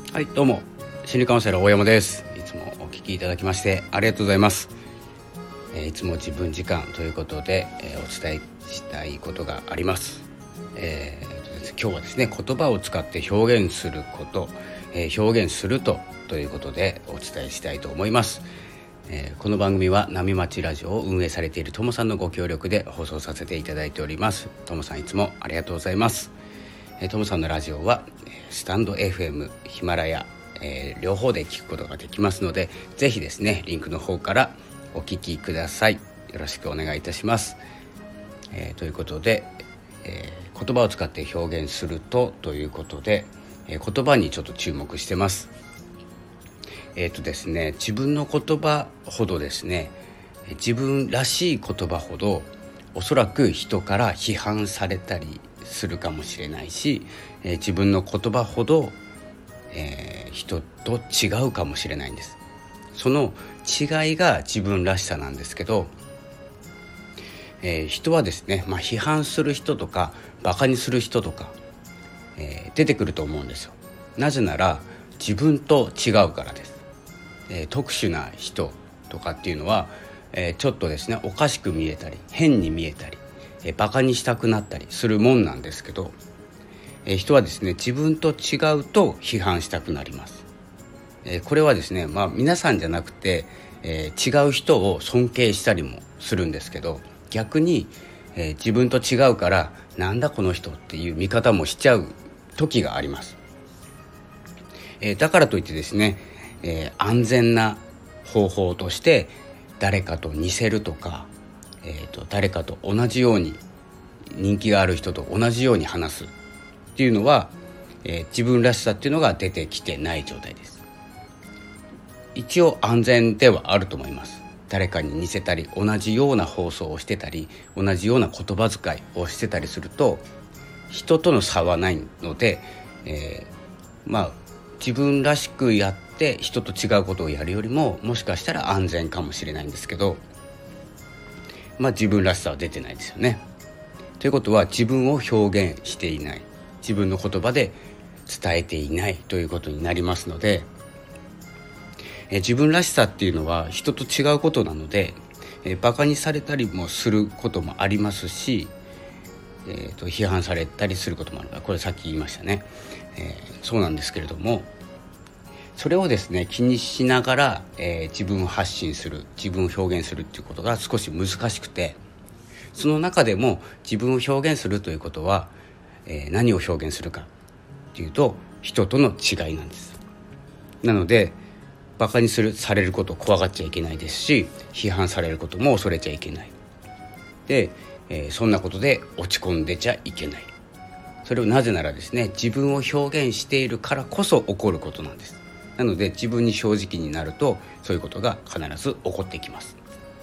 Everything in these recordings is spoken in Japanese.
はい、どうも心理カウンセラー大山です。いつもお聞きいただきましてありがとうございます。いつも自分時間ということで、お伝えしたいことがあります。今日はですね、言葉を使って表現すること、表現するということでお伝えしたいと思います。この番組は波町ラジオを運営されているともさんのご協力で放送させていただいております。ともさん、いつもありがとうございます。ともさんのラジオはスタンド FM、ヒマラヤ、両方で聞くことができますので、ぜひですねリンクの方からお聞きください。よろしくお願いいたします。ということで、言葉を使って表現するということで、言葉にちょっと注目してます。ですね、自分の言葉ほどですね、自分らしい言葉ほどおそらく人から批判されたりするかもしれないし、自分の言葉ほど、人と違うかもしれないんです。その違いが自分らしさなんですけど、人はですね、批判する人とかバカにする人とか、出てくると思うんですよ。なぜなら自分と違うからです。特殊な人とかっていうのは、ちょっとですねおかしく見えたり変に見えたり、バカにしたくなったりするもんなんですけど、人はですね自分と違うと批判したくなります。これはですね、皆さんじゃなくて、違う人を尊敬したりもするんですけど、逆に、自分と違うからなんだこの人っていう見方もしちゃう時があります。だからといってですね、安全な方法として誰かと似せるとか、誰かと同じように、人気がある人と同じように話すっていうのは、自分らしさっていうのが出てきてない状態です。一応安全ではあると思います。誰かに似せたり同じような放送をしてたり同じような言葉遣いをしてたりすると人との差はないので、自分らしくやって人と違うことをやるよりももしかしたら安全かもしれないんですけど、自分らしさは出てないですよね。ということは自分を表現していない、自分の言葉で伝えていないということになりますので、自分らしさっていうのは人と違うことなので、バカにされたりもすることもありますし、批判されたりすることもある。これさっき言いましたね。そうなんですけれども、それをですね気にしながら、自分を発信する、自分を表現するっていうことが少し難しくて、その中でも自分を表現するということは、何を表現するかっていうと人との違いなんです。なのでバカにされることを怖がっちゃいけないですし、批判されることも恐れちゃいけない。で、そんなことで落ち込んでちゃいけない。それをなぜならですね、自分を表現しているからこそ起こることなんです。なので自分に正直になるとそういうことが必ず起こってきます。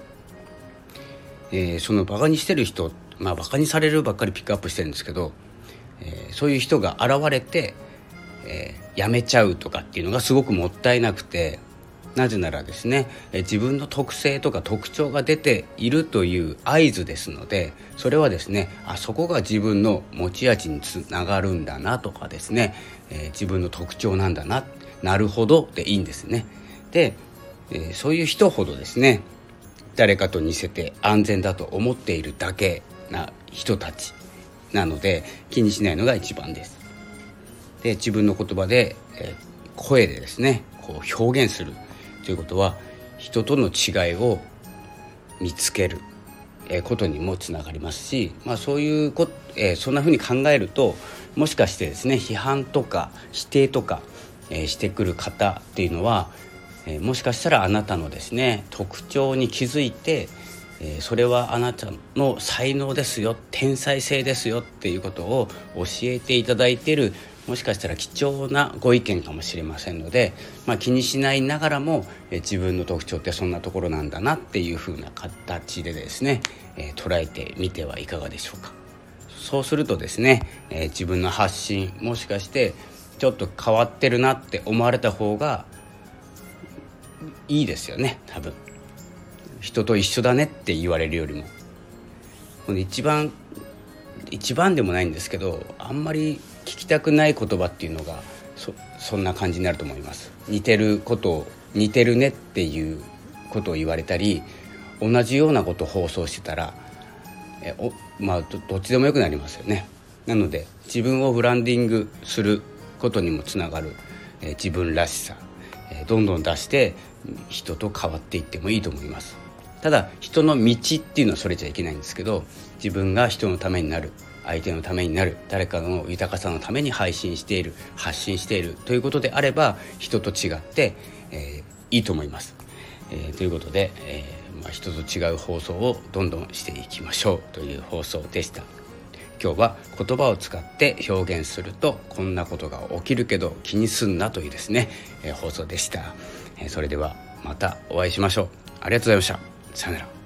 そのバカにしてる人、バカにされるばっかりピックアップしてるんですけど、そういう人が現れて、やめちゃうとかっていうのがすごくもったいなくて、なぜならですね、自分の特性とか特徴が出ているという合図ですので、それはですね、そこが自分の持ち味につながるんだなとかですね、自分の特徴なんだな、なるほどでいいんですね。で、そういう人ほどですね、誰かと似せて安全だと思っているだけな人たちなので、気にしないのが一番です。で、自分の言葉で、声でですねこう表現するということは人との違いを見つけることにもつながりますし、そういうそんな風に考えると、もしかしてですね批判とか否定とか、してくる方っていうのは、もしかしたらあなたのですね特徴に気づいて、それはあなたの才能ですよ、天才性ですよっていうことを教えていただいている、もしかしたら貴重なご意見かもしれませんので、気にしないながらも、自分の特徴ってそんなところなんだなっていう風な形でですね、捉えてみてはいかがでしょうか。そうするとですね、自分の発信、もしかしてちょっと変わってるなって思われた方がいいですよね。多分人と一緒だねって言われるよりも、一番でもないんですけど、あんまり聞きたくない言葉っていうのがそんな感じになると思います。似てるねっていうことを言われたり、同じようなことを放送してたらどっちでもよくなりますよね。なので自分をブランディングすることにもつながる、自分らしさ、どんどん出して人と変わっていってもいいと思います。ただ人の道っていうのはそれじゃいけないんですけど、自分が人のためになる、相手のためになる、誰かの豊かさのために発信しているということであれば、人と違って、いいと思います。ということで、人と違う放送をどんどんしていきましょうという放送でした。今日は言葉を使って表現するとこんなことが起きるけど気にすんなというですね、放送でした。それではまたお会いしましょう。ありがとうございました。さよなら。